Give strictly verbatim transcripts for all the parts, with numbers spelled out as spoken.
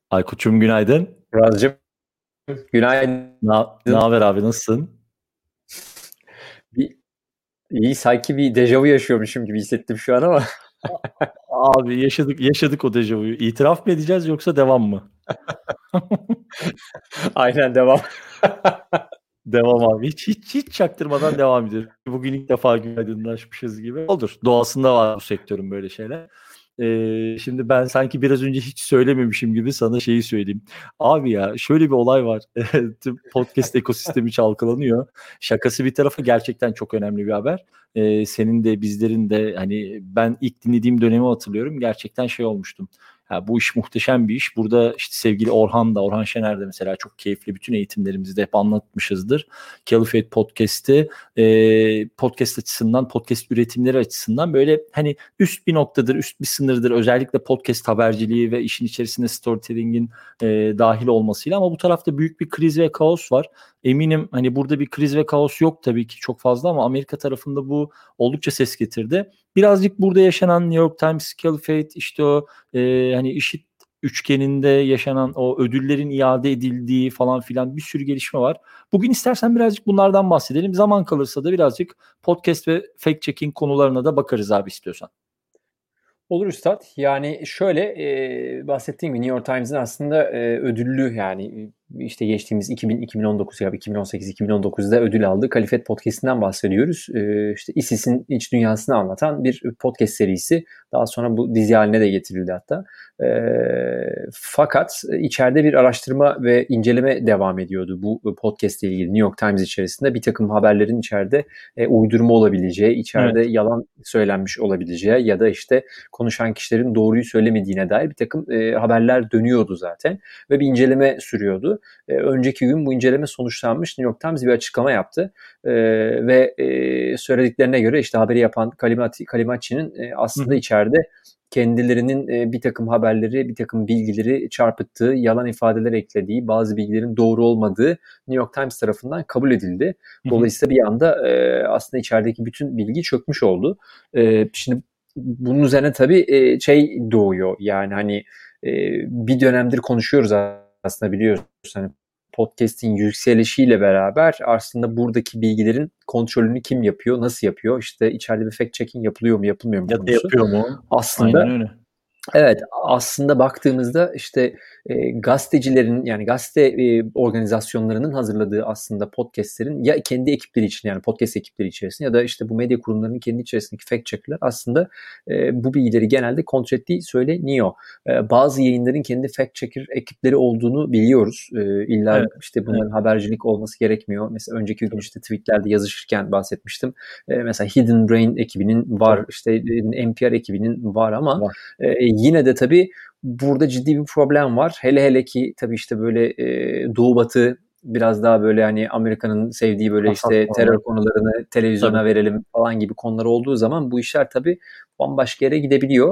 Aykut'cum günaydın. Murat'cığım günaydın. Na ne haber abi, nasılsın? Bir, iyi sanki bir dejavu yaşıyormuşum gibi hissettim şu an ama. A abi yaşadık yaşadık o dejavuyu. İtiraf mı edeceğiz yoksa devam mı? Aynen devam. Devam abi. Hiç hiç hiç çaktırmadan devam ediyoruz. Bugün ilk defa günaydınlaşmışız gibi. Olur. Doğasında var bu sektörün böyle şeyler. Eee, şimdi ben sanki biraz önce hiç söylememişim gibi sana şeyi söyleyeyim. Abi ya şöyle bir olay var. Tüm podcast ekosistemi çalkalanıyor. Şakası bir tarafa gerçekten çok önemli bir haber. Eee, senin de bizlerin de hani ben ilk dinlediğim dönemi hatırlıyorum. Gerçekten şey olmuştum. Ya bu iş muhteşem bir iş. Burada işte sevgili Orhan da, Orhan Şener de mesela çok keyifli. Bütün eğitimlerimizde hep anlatmışızdır. Caliphate Podcast'i e, podcast açısından, podcast üretimleri açısından böyle hani üst bir noktadır, üst bir sınırdır. Özellikle podcast haberciliği ve işin içerisinde storytelling'in e, dahil olmasıyla. Ama bu tarafta büyük bir kriz ve kaos var. Eminim hani burada bir kriz ve kaos yok tabii ki çok fazla ama Amerika tarafında bu oldukça ses getirdi. Birazcık burada yaşanan New York Times Caliphate işte o e, hani IŞİD üçgeninde yaşanan o ödüllerin iade edildiği falan filan bir sürü gelişme var. Bugün istersen birazcık bunlardan bahsedelim. Zaman kalırsa da birazcık podcast ve fact checking konularına da bakarız abi istiyorsan. Olur üstad. Yani şöyle e, bahsettiğim gibi New York Times'in aslında e, ödüllü yani işte geçtiğimiz iki bin iki bin on dokuz ya iki bin on sekiz iki bin on dokuzda ödül aldığı Kalifet Podcast'inden bahsediyoruz. E, işte ISIS'in iç dünyasını anlatan bir podcast serisi. Daha sonra bu dizi haline de getirildi hatta. E, fakat içeride bir araştırma ve inceleme devam ediyordu bu podcast ile ilgili New York Times içerisinde. Bir takım haberlerin içeride e, uydurma olabileceği, içeride Evet. yalan söylenmiş olabileceği ya da işte konuşan kişilerin doğruyu söylemediğine dair bir takım e, haberler dönüyordu zaten ve bir inceleme sürüyordu. E, önceki gün bu inceleme sonuçlanmış. New York Times bir açıklama yaptı e, ve e, söylediklerine göre işte haberi yapan Kalimati, Kalimatçı'nın e, Hı aslında hı. içeride kendilerinin e, bir takım haberleri, bir takım bilgileri çarpıttığı, yalan ifadeler eklediği, bazı bilgilerin doğru olmadığı New York Times tarafından kabul edildi. Hı hı. Dolayısıyla bir anda e, aslında içerideki bütün bilgi çökmüş oldu. E, şimdi bunun üzerine tabii e, şey doğuyor yani hani e, bir dönemdir konuşuyoruz aslında biliyorsun hani podcast'in yükselişiyle beraber aslında buradaki bilgilerin kontrolünü kim yapıyor, nasıl yapıyor, işte içeride bir fact checking yapılıyor mu yapılmıyor mu Ya da konusu. yapıyor mu? Aynen Aslında öyle. evet, aslında baktığımızda işte e, gazetecilerin yani gazete e, organizasyonlarının hazırladığı aslında podcastlerin ya kendi ekipleri için yani podcast ekipleri içerisinde ya da işte bu medya kurumlarının kendi içerisindeki fact checker'lar aslında e, bu bilgileri genelde kontrol ettiği söyleniyor. E, bazı yayınların kendi fact checker ekipleri olduğunu biliyoruz. E, illa Evet. işte Evet. bunların habercilik olması gerekmiyor. Mesela önceki gün Tabii. işte tweetlerde yazışırken bahsetmiştim. E, mesela Hidden Brain ekibinin var, Tabii. işte N P R ekibinin var ama Var. e, yine de tabii burada ciddi bir problem var. Hele hele ki tabii işte böyle e, Doğu Batı biraz daha böyle hani Amerika'nın sevdiği böyle Hassas işte terör konular. konularını Tabii. televizyona verelim falan gibi konular olduğu zaman bu işler tabii bambaşka yere gidebiliyor.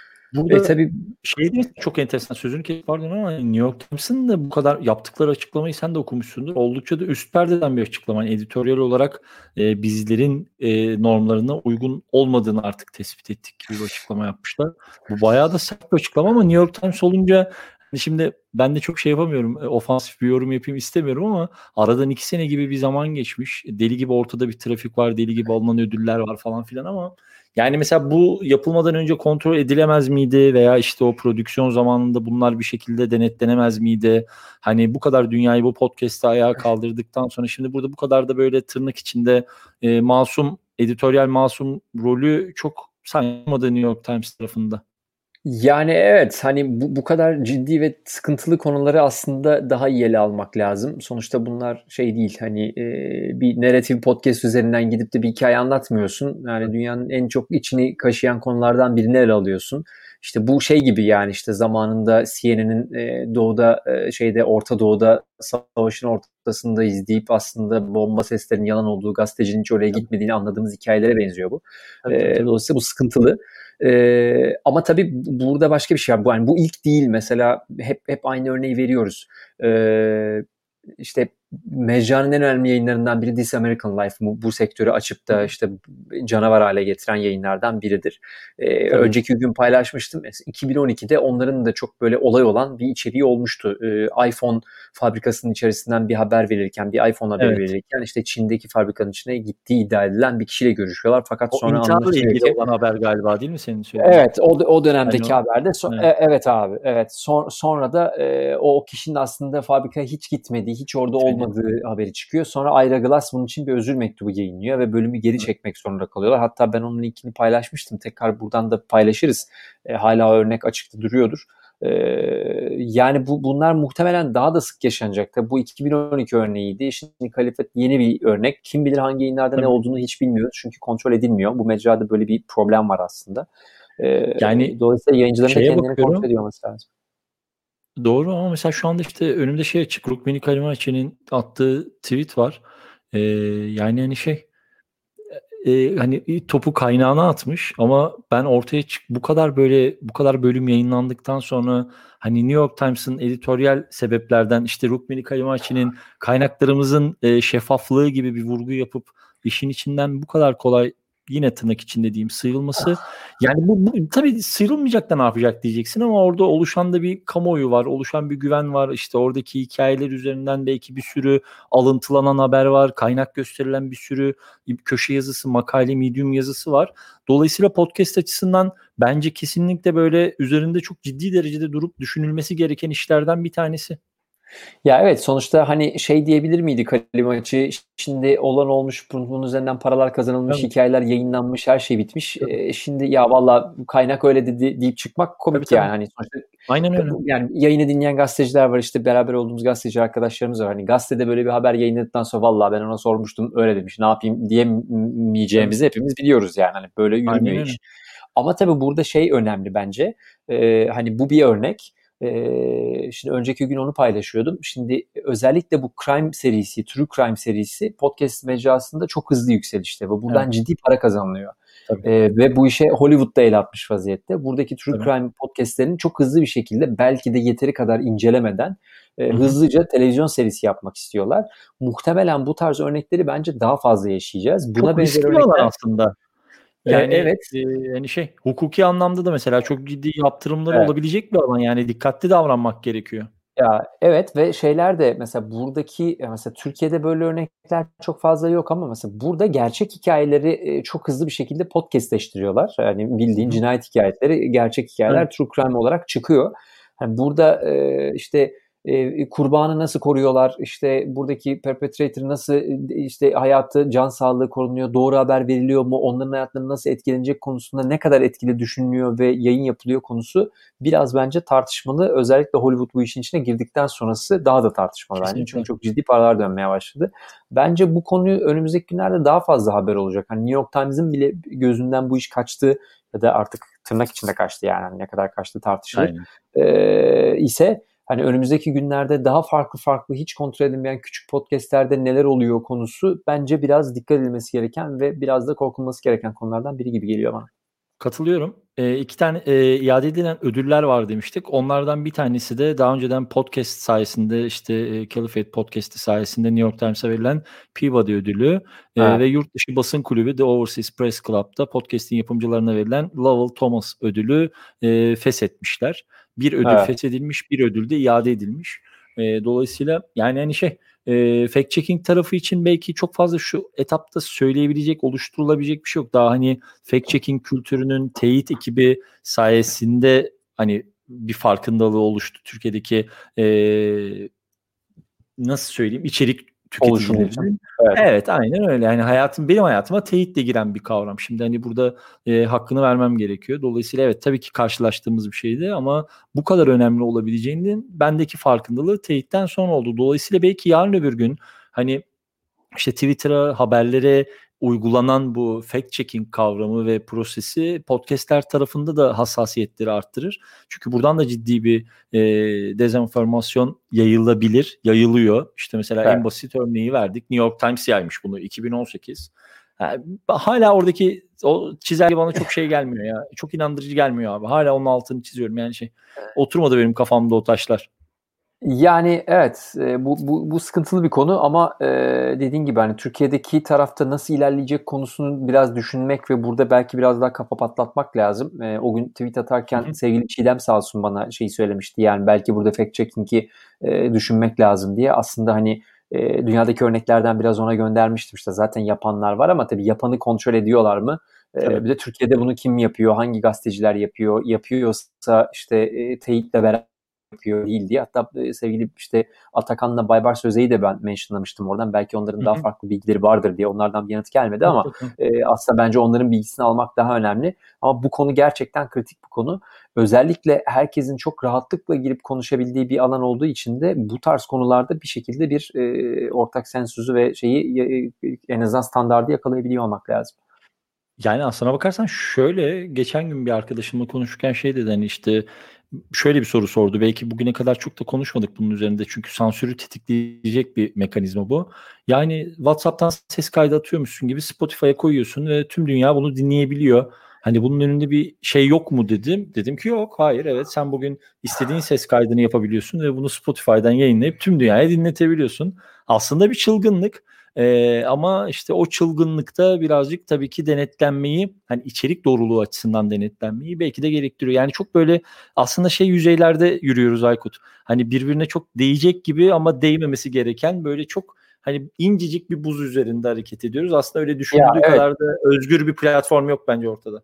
E Burada tabii şey de çok enteresan, sözünü kestim pardon ama hani New York Times'ın da bu kadar yaptıkları açıklamayı sen de okumuşsundur. Oldukça da üst perdeden bir açıklama. Yani editoryal olarak e, bizlerin e, normlarına uygun olmadığını artık tespit ettik gibi bir açıklama yapmışlar. Bu bayağı da sert bir açıklama ama New York Times olunca hani şimdi ben de çok şey yapamıyorum. E, ofansif bir yorum yapayım istemiyorum ama aradan iki sene gibi bir zaman geçmiş. Deli gibi ortada bir trafik var, deli gibi alınan ödüller var falan filan ama yani mesela bu yapılmadan önce kontrol edilemez miydi veya işte o prodüksiyon zamanında bunlar bir şekilde denetlenemez miydi? Hani bu kadar dünyayı bu podcast'te ayağa kaldırdıktan sonra şimdi burada bu kadar da böyle tırnak içinde e, masum, editoryal masum rolü çok saymadı New York Times tarafında. yani evet hani bu, bu kadar ciddi ve sıkıntılı konuları aslında daha iyi ele almak lazım. Sonuçta bunlar şey değil hani e, bir narrative podcast üzerinden gidip de bir hikaye anlatmıyorsun. Yani dünyanın en çok içini kaşıyan konulardan birini ele alıyorsun. İşte bu şey gibi yani işte zamanında C N N'in e, doğuda e, şeyde Orta Doğu'da savaşın ortasında izleyip aslında bomba seslerinin yalan olduğu, gazetecinin hiç oraya Tabii gitmediğini anladığımız hikayelere benziyor bu. tabii tabii. E, tabii. dolayısıyla bu sıkıntılı. Ee, ama tabii burada başka bir şey var. Bu, yani bu ilk değil mesela hep hep aynı örneği veriyoruz. Ee, işte mecranın en önemli yayınlarından biri This American Life. Bu, bu sektörü açıp da işte canavar hale getiren yayınlardan biridir. Ee, önceki gün paylaşmıştım. iki bin on ikide onların da çok böyle olay olan bir içeriği olmuştu. Ee, iPhone fabrikasının içerisinden bir haber verirken, bir iPhone haberi Evet. verirken işte Çin'deki fabrikanın içine gittiği iddia edilen bir kişiyle görüşüyorlar. Fakat O sonra intiharla anlaşılıyor ilgili ki olan haber galiba değil mi senin söylediğin? evet, o o dönemdeki Hani o, haberde so- evet. e- evet abi, evet. Son, sonra da e, o kişinin aslında fabrikaya hiç gitmediği, hiç orada Gitmedi. olmadığı haberi çıkıyor. Sonra Ira Glass bunun için bir özür mektubu yayınlıyor ve bölümü geri Evet. çekmek zorunda kalıyorlar. Hatta ben onun linkini paylaşmıştım. Tekrar buradan da paylaşırız. E, hala örnek açıkta duruyordur. E, yani bu bunlar muhtemelen daha da sık yaşanacak. Tabii bu iki bin on iki örneğiydi. Şimdi Kalifet yeni bir örnek. Kim bilir hangi yayınlarda Tabii. ne olduğunu hiç bilmiyoruz. Çünkü kontrol edilmiyor. Bu mecrada böyle bir problem var aslında. Ee, Yani dolayısıyla yayıncıların da şeye kendilerini bakıyorum. kontrol ediyor olması lazım. Doğru ama mesela şu anda işte önümde şey açık. Rukmini Kalimacı'nın attığı tweet var. Ee, yani hani şey e, hani topu kaynağına atmış ama ben ortaya çık bu kadar böyle bu kadar bölüm yayınlandıktan sonra hani New York Times'ın editoryal sebeplerden işte Rukmini Kalimacı'nın kaynaklarımızın e, şeffaflığı gibi bir vurgu yapıp işin içinden bu kadar kolay yine tırnak içinde diyeyim sıyrılması yani bu, bu tabii sıyrılmayacak da ne yapacak diyeceksin ama orada oluşan da bir kamuoyu var, oluşan bir güven var. İşte oradaki hikayeler üzerinden belki bir sürü alıntılanan haber var, kaynak gösterilen bir sürü köşe yazısı, makale, Medium yazısı var. Dolayısıyla podcast açısından bence kesinlikle böyle üzerinde çok ciddi derecede durup düşünülmesi gereken işlerden bir tanesi. Ya evet, sonuçta hani şey diyebilir miydi Kalimacı, şimdi olan olmuş, bunun üzerinden paralar kazanılmış, Evet. hikayeler yayınlanmış, her şey bitmiş. Tabii. E, şimdi ya valla kaynak öyle dedi deyip çıkmak komik Tabii, tabii. yani. Hani sonuçta Aynen öyle. yani yayını dinleyen gazeteciler var, işte beraber olduğumuz gazeteci arkadaşlarımız var. Hani gazetede böyle bir haber yayınladıktan sonra valla ben ona sormuştum öyle demiş, ne yapayım diyemeyeceğimizi hepimiz biliyoruz yani. Hani böyle yürümüyor Aynen öyle. iş. Ama tabii burada şey önemli bence. Ee, hani bu bir örnek. Ee, şimdi önceki gün onu paylaşıyordum. Şimdi özellikle bu crime serisi, true crime serisi podcast mecrasında çok hızlı yükselişte ve buradan Evet. ciddi para kazanılıyor. Tabii. Ee, ve bu işe Hollywood'da el atmış vaziyette. Buradaki true Tabii. crime podcastlerini çok hızlı bir şekilde, belki de yeteri kadar incelemeden e, Hı hı. hızlıca televizyon serisi yapmak istiyorlar. Muhtemelen bu tarz örnekleri bence daha fazla yaşayacağız. Buna Çok benzer riskli bir alan örnekler. aslında. E, Yani evet. e, hani şey hukuki anlamda da mesela çok ciddi yaptırımları Evet. olabilecek bir alan. Yani dikkatli davranmak gerekiyor. Ya evet, ve şeyler de mesela buradaki, mesela Türkiye'de böyle örnekler çok fazla yok ama mesela burada gerçek hikayeleri e, çok hızlı bir şekilde podcastleştiriyorlar. Yani Hı bildiğin hı. cinayet hikayeleri, gerçek hikayeler Evet. true crime olarak çıkıyor. Yani burada e, işte e, kurbanı nasıl koruyorlar, işte buradaki perpetrator nasıl, işte hayatı, can sağlığı korunuyor, doğru haber veriliyor mu, onların hayatları nasıl etkilenecek konusunda ne kadar etkili düşünülüyor ve yayın yapılıyor konusu biraz bence tartışmalı. Özellikle Hollywood bu işin içine girdikten sonrası daha da tartışmalı bence. Çünkü Kesinlikle. çok ciddi paralar dönmeye başladı. Bence bu konuyu önümüzdeki günlerde daha fazla haber olacak. Hani New York Times'ın bile gözünden bu iş kaçtı ya da artık tırnak içinde kaçtı yani. Hani ne kadar kaçtı tartışılır. Aynen. Ee, ise hani önümüzdeki günlerde daha farklı farklı, hiç kontrol edilmeyen küçük podcastlerde neler oluyor konusu bence biraz dikkat edilmesi gereken ve biraz da korkulması gereken konulardan biri gibi geliyor bana. Katılıyorum. Eee, iki tane, eee, iade edilen ödüller var demiştik. Onlardan bir tanesi de daha önceden podcast sayesinde, işte, eee, Caliphate Podcast'i sayesinde New York Times'a verilen Peabody ödülü, eee, Evet. ve yurt dışı basın kulübü The Overseas Press Club'da podcast'in yapımcılarına verilen Lowell Thomas ödülü, eee, feshetmişler. Bir ödül Evet. feshedilmiş, bir ödül de iade edilmiş. Eee, dolayısıyla yani, hani, şey, eee, fact checking tarafı için belki çok fazla şu etapta söyleyebilecek, oluşturulabilecek bir şey yok. Daha, hani, fact checking kültürünün teyit ekibi sayesinde hani bir farkındalığı oluştu Türkiye'deki eee, nasıl söyleyeyim içerik Oluşumu için. tüketicilerinin. Evet. Evet, aynen öyle. Yani hayatım benim hayatıma teyitle giren bir kavram. Şimdi hani burada eee, hakkını vermem gerekiyor. Dolayısıyla evet tabii ki karşılaştığımız bir şeydi ama bu kadar önemli olabileceğinin bendeki farkındalığı teyitten sonra oldu. Dolayısıyla belki yarın öbür gün hani işte Twitter'a, haberlere uygulanan bu fact checking kavramı ve prosesi podcast'ler tarafında da hassasiyetleri arttırır. Çünkü buradan da ciddi bir eee, dezenformasyon yayılabilir, yayılıyor. İşte mesela Evet. en basit örneği verdik. New York Times yaymış bunu iki bin on sekiz. Ha, hala oradaki o çizelge bana çok şey gelmiyor ya. Çok inandırıcı gelmiyor abi. Hala onun altını çiziyorum yani şey. Oturmadı benim kafamda o taşlar. Yani evet, e, bu, bu, bu sıkıntılı bir konu ama e, dediğin gibi hani Türkiye'deki tarafta nasıl ilerleyecek konusunu biraz düşünmek ve burada belki biraz daha kafa patlatmak lazım. E, o gün tweet Hı atarken hı. sevgili Çiğdem sağ olsun bana şeyi söylemişti. Yani belki burada fact checking'i e, düşünmek lazım diye. Aslında hani e, dünyadaki örneklerden biraz ona göndermiştim. İşte zaten yapanlar var ama tabii yapanı kontrol ediyorlar mı? E, Tabii. bir de Türkiye'de bunu kim yapıyor? Hangi gazeteciler yapıyor? Yapıyorsa işte e, teyitle beraber yapıyor değil diye. Hatta e, sevgili işte Atakan'la Baybars Özey'i de ben mentionlamıştım oradan. Belki onların Hı daha hı. farklı bilgileri vardır diye onlardan bir yanıt gelmedi ama Mutlaka. e, aslında bence onların bilgisini almak daha önemli. Ama bu konu gerçekten kritik bir konu. Özellikle herkesin çok rahatlıkla girip konuşabildiği bir alan olduğu için de bu tarz konularda bir şekilde bir e, ortak sensözü ve şeyi e, en azından standardı yakalayabiliyor olmak lazım. Yani aslına bakarsan şöyle, geçen gün bir arkadaşımla konuşurken şey dedi, hani, işte, şöyle bir soru sordu. Belki bugüne kadar çok da konuşmadık bunun üzerinde çünkü sansürü tetikleyecek bir mekanizma bu. Yani WhatsApp'tan ses kaydı atıyormuşsun gibi Spotify'a koyuyorsun ve tüm dünya bunu dinleyebiliyor. Hani, bunun önünde bir şey yok mu dedim. Dedim ki yok, hayır, evet, sen bugün istediğin ses kaydını yapabiliyorsun ve bunu Spotify'dan yayınlayıp tüm dünyaya dinletebiliyorsun. Aslında bir çılgınlık. Eee, ama işte o çılgınlıkta birazcık tabii ki denetlenmeyi, hani, içerik doğruluğu açısından denetlenmeyi belki de gerektiriyor. Yani çok böyle aslında şey yüzeylerde yürüyoruz Aykut. Hani, birbirine çok değecek gibi ama değmemesi gereken böyle çok, hani, incecik bir buz üzerinde hareket ediyoruz. Aslında öyle Ya düşünüldüğü evet. kadar da özgür bir platform yok bence ortada.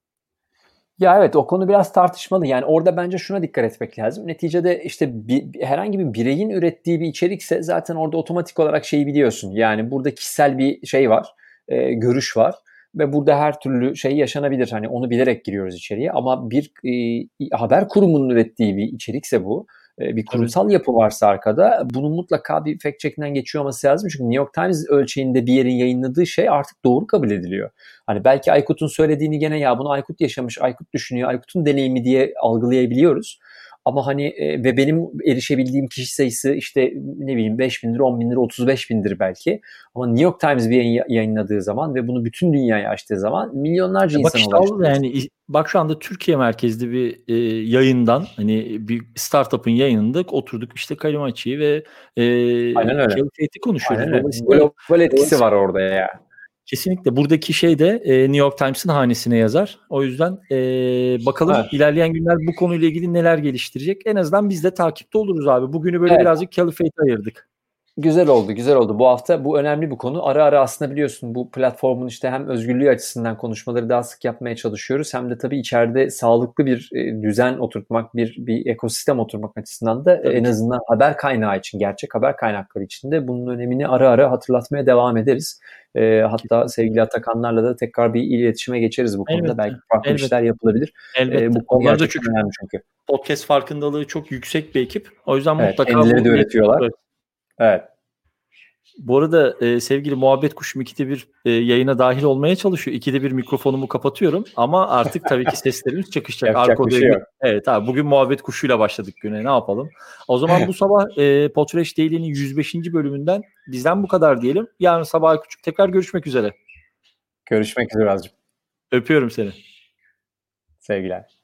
Ya evet, o konu biraz tartışmalı. Yani orada bence şuna dikkat etmek lazım. Neticede işte bir, herhangi bir bireyin ürettiği bir içerikse zaten orada otomatik olarak şeyi biliyorsun. Yani burada kişisel bir şey var, e, görüş var ve burada her türlü şey yaşanabilir. Hani onu bilerek giriyoruz içeriye. Ama bir e, haber kurumunun ürettiği bir içerikse bu, e, bir Tabii. kurumsal yapı varsa arkada bunun mutlaka bir fact check'inden geçiyor olması lazım. Çünkü New York Times ölçeğinde bir yerin yayınladığı şey artık doğru kabul ediliyor. Hani belki Aykut'un söylediğini gene ya bunu Aykut yaşamış, Aykut düşünüyor, Aykut'un deneyimi diye algılayabiliyoruz. Ama hani e, ve benim erişebildiğim kişi sayısı işte ne bileyim beş bindir, on bindir, otuz beş bindir belki. Ama New York Times bir yayın yayınladığı zaman ve bunu bütün dünyaya açtığı zaman milyonlarca Ya bak insana işte al ulaştırıyorsun. yani bak şu anda Türkiye merkezli bir e, yayından hani bir startup'ın yayınında oturduk işte Kalimaçı'yı ve e, Aynen öyle. Caliphate konuşuyoruz. Aynen öyle. Dolayısıyla Global etkisi dolayısıyla var orada ya. kesinlikle buradaki şey de e, New York Times'ın hanesine yazar. O yüzden e, bakalım Evet. ilerleyen günler bu konuyla ilgili neler geliştirecek. En azından biz de takipte oluruz abi. Bugünü böyle Evet. birazcık Caliphate'e ayırdık. Güzel oldu, güzel oldu. Bu hafta bu önemli bir konu. Ara ara aslında biliyorsun bu platformun işte hem özgürlüğü açısından konuşmaları daha sık yapmaya çalışıyoruz. Hem de tabii içeride sağlıklı bir e, düzen oturtmak, bir bir ekosistem oturtmak açısından da e, Tabii en ki. azından haber kaynağı için, gerçek haber kaynakları için de bunun önemini ara ara hatırlatmaya devam ederiz. E, hatta Kesinlikle. sevgili Atakanlarla da tekrar bir iletişime geçeriz bu konuda. Elbette. Belki farklı bir şeyler Elbette. yapılabilir. E, Elbette. bu konu Onları da gerçekten çünkü önemli çünkü. podcast farkındalığı çok yüksek bir ekip. O yüzden Evet, mutlaka kendileri bu de iletişimi üretiyorlar. kurarız. Evet. Bu arada e, sevgili muhabbet kuşum ikide bir e, yayına dahil olmaya çalışıyor. İkide bir mikrofonumu kapatıyorum ama artık tabii ki seslerimiz çakışacak. Yapacak Arka bir odaya şey git. yok. Evet abi bugün muhabbet kuşuyla başladık güne, ne yapalım. O zaman bu sabah e, Potreş Daily'nin yüz beşinci bölümünden bizden bu kadar diyelim. Yarın sabah küçük tekrar görüşmek üzere. Görüşmek üzere Azcığım. Öpüyorum seni. Sevgiler.